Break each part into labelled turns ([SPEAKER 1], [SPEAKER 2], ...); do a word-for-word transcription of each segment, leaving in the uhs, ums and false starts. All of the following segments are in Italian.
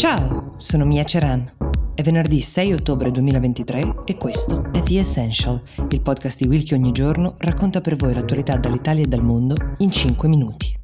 [SPEAKER 1] Ciao, sono Mia Ceran. È venerdì sei ottobre duemilaventitré e questo è The Essential, il podcast di Will che ogni giorno racconta per voi l'attualità dall'Italia e dal mondo in cinque minuti.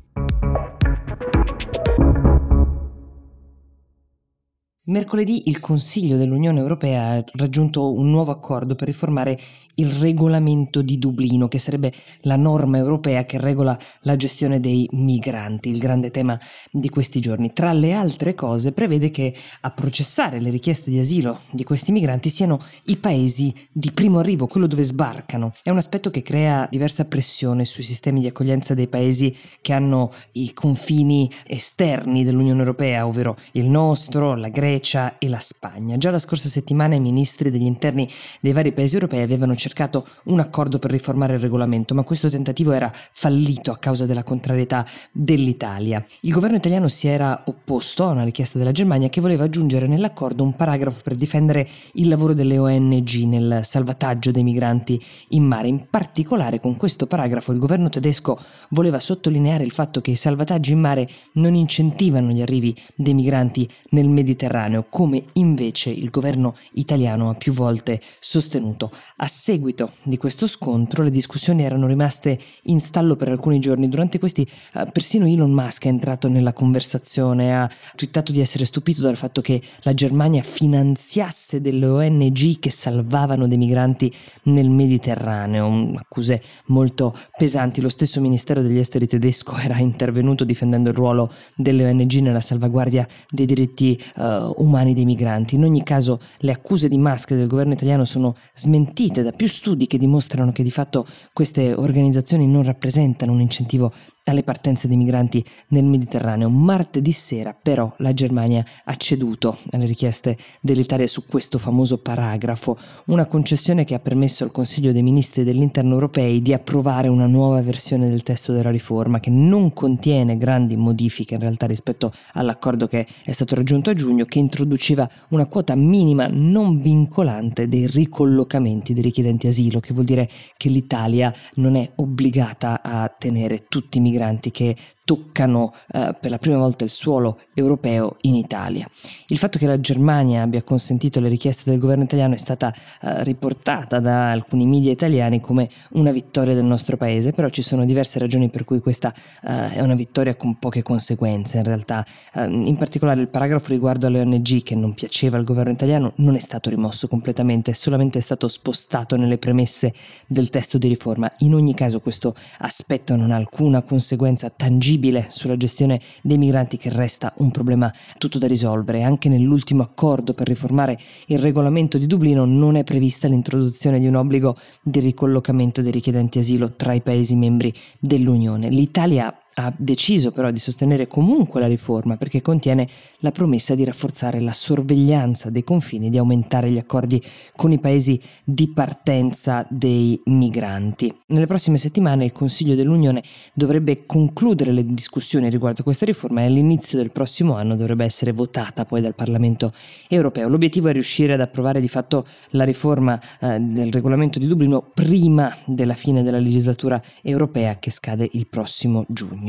[SPEAKER 1] Mercoledì il Consiglio dell'Unione Europea ha raggiunto un nuovo accordo per riformare il regolamento di Dublino, che sarebbe la norma europea che regola la gestione dei migranti, il grande tema di questi giorni. Tra le altre cose prevede che a processare le richieste di asilo di questi migranti siano i paesi di primo arrivo, quello dove sbarcano. È un aspetto che crea diversa pressione sui sistemi di accoglienza dei paesi che hanno i confini esterni dell'Unione Europea, ovvero il nostro, la Grecia e la Spagna. Già la scorsa settimana i ministri degli interni dei vari paesi europei avevano cercato un accordo per riformare il regolamento, ma questo tentativo era fallito a causa della contrarietà dell'Italia. Il governo italiano si era opposto a una richiesta della Germania che voleva aggiungere nell'accordo un paragrafo per difendere il lavoro delle O N G nel salvataggio dei migranti in mare. In particolare, con questo paragrafo il governo tedesco voleva sottolineare il fatto che i salvataggi in mare non incentivano gli arrivi dei migranti nel Mediterraneo, come invece il governo italiano ha più volte sostenuto. A seguito di questo scontro le discussioni erano rimaste in stallo per alcuni giorni. Durante questi eh, persino Elon Musk è entrato nella conversazione, ha twittato di essere stupito dal fatto che la Germania finanziasse delle O N G che salvavano dei migranti nel Mediterraneo, accuse molto pesanti. Lo stesso Ministero degli Esteri tedesco era intervenuto difendendo il ruolo delle O N G nella salvaguardia dei diritti uh, umani dei migranti. In ogni caso le accuse di Musk e del governo italiano sono smentite da più studi che dimostrano che di fatto queste organizzazioni non rappresentano un incentivo alle partenze dei migranti nel Mediterraneo. Martedì sera però la Germania ha ceduto alle richieste dell'Italia su questo famoso paragrafo, una concessione che ha permesso al Consiglio dei Ministri dell'Interno europei di approvare una nuova versione del testo della riforma che non contiene grandi modifiche in realtà rispetto all'accordo che è stato raggiunto a giugno, che introduceva una quota minima non vincolante dei ricollocamenti dei richiedenti asilo, che vuol dire che l'Italia non è obbligata a tenere tutti i migranti che toccano eh, per la prima volta il suolo europeo in Italia. Il fatto che la Germania abbia consentito le richieste del governo italiano è stata eh, riportata da alcuni media italiani come una vittoria del nostro paese, però ci sono diverse ragioni per cui questa eh, è una vittoria con poche conseguenze in realtà. Eh, in particolare il paragrafo riguardo alle O N G che non piaceva al governo italiano non è stato rimosso completamente, è solamente stato spostato nelle premesse del testo di riforma. In ogni caso questo aspetto non ha alcuna conseguenza tangibile sulla gestione dei migranti, che resta un problema tutto da risolvere. Anche nell'ultimo accordo per riformare il regolamento di Dublino non è prevista l'introduzione di un obbligo di ricollocamento dei richiedenti asilo tra i Paesi membri dell'Unione. L'Italia ha deciso però di sostenere comunque la riforma perché contiene la promessa di rafforzare la sorveglianza dei confini, di aumentare gli accordi con i paesi di partenza dei migranti. Nelle prossime settimane il Consiglio dell'Unione dovrebbe concludere le discussioni riguardo a questa riforma e all'inizio del prossimo anno dovrebbe essere votata poi dal Parlamento europeo. L'obiettivo è riuscire ad approvare di fatto la riforma eh, del regolamento di Dublino prima della fine della legislatura europea, che scade il prossimo giugno.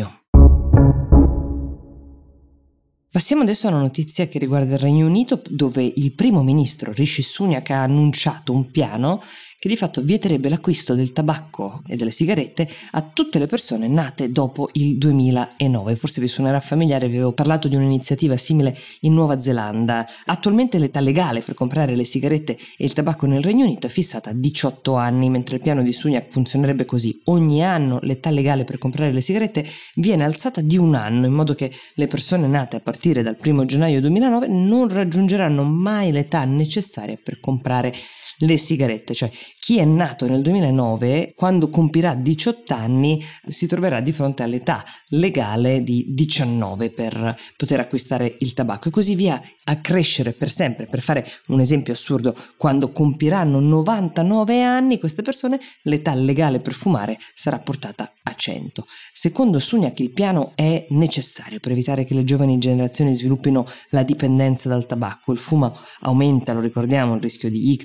[SPEAKER 1] Passiamo adesso a una notizia che riguarda il Regno Unito, dove il primo ministro Rishi Sunak ha annunciato un piano che di fatto vieterebbe l'acquisto del tabacco e delle sigarette a tutte le persone nate dopo il duemilanove. Forse vi suonerà familiare, avevo parlato di un'iniziativa simile in Nuova Zelanda. Attualmente l'età legale per comprare le sigarette e il tabacco nel Regno Unito è fissata a diciotto anni, mentre il piano di Sunak funzionerebbe così: ogni anno l'età legale per comprare le sigarette viene alzata di un anno, in modo che le persone nate a partire dal primo gennaio duemilanove non raggiungeranno mai l'età necessaria per comprare le sigarette. Cioè chi è nato nel duemilanove, quando compirà diciotto anni, si troverà di fronte all'età legale di diciannove per poter acquistare il tabacco, e così via a crescere per sempre. Per fare un esempio assurdo, quando compiranno novantanove anni queste persone, l'età legale per fumare sarà portata a cento. Secondo Sunak il piano è necessario per evitare che le giovani generazioni sviluppino la dipendenza dal tabacco. Il fumo aumenta, lo ricordiamo, il rischio di ictus, di malattie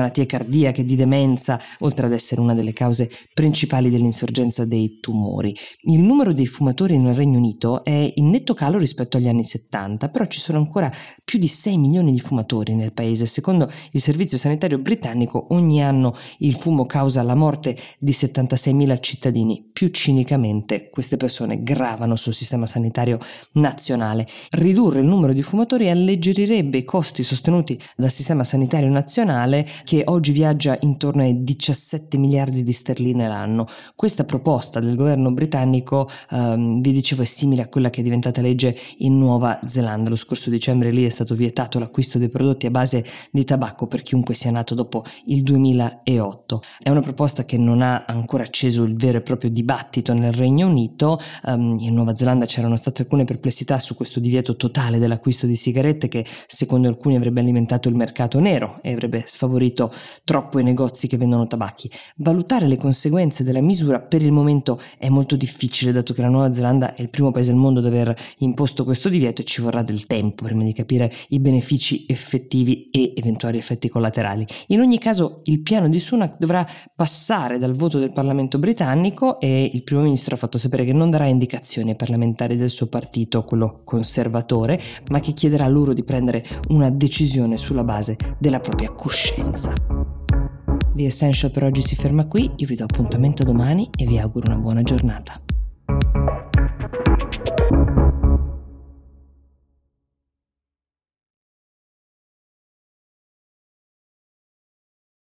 [SPEAKER 1] malattie cardiache, di demenza, oltre ad essere una delle cause principali dell'insorgenza dei tumori. Il numero dei fumatori nel Regno Unito è in netto calo rispetto agli anni settanta, però ci sono ancora più di sei milioni di fumatori nel paese. Secondo il Servizio Sanitario britannico, ogni anno il fumo causa la morte di settantaseimila cittadini. Più cinicamente, queste persone gravano sul sistema sanitario nazionale. Ridurre il numero di fumatori alleggerirebbe i costi sostenuti dal sistema sanitario nazionale, che oggi viaggia intorno ai diciassette miliardi di sterline l'anno. Questa proposta del governo britannico, ehm, vi dicevo, è simile a quella che è diventata legge in Nuova Zelanda. Lo scorso dicembre lì è stato vietato l'acquisto dei prodotti a base di tabacco per chiunque sia nato dopo il duemilaotto. È una proposta che non ha ancora acceso il vero e proprio dibattito nel Regno Unito. Um, in Nuova Zelanda c'erano state alcune perplessità su questo divieto totale dell'acquisto di sigarette, che secondo alcuni avrebbe alimentato il mercato nero e avrebbe sfavorito troppo i negozi che vendono tabacchi. Valutare le conseguenze della misura per il momento è molto difficile, dato che la Nuova Zelanda è il primo paese al mondo ad aver imposto questo divieto e ci vorrà del tempo prima di capire i benefici effettivi e eventuali effetti collaterali. In ogni caso, il piano di Sunak dovrà passare dal voto del Parlamento britannico e il primo ministro ha fatto sapere che non darà indicazioni ai parlamentari del suo partito, quello conservatore, ma che chiederà loro di prendere una decisione sulla base della propria coscienza. The Essential per oggi si ferma qui, io vi do appuntamento domani e vi auguro una buona giornata.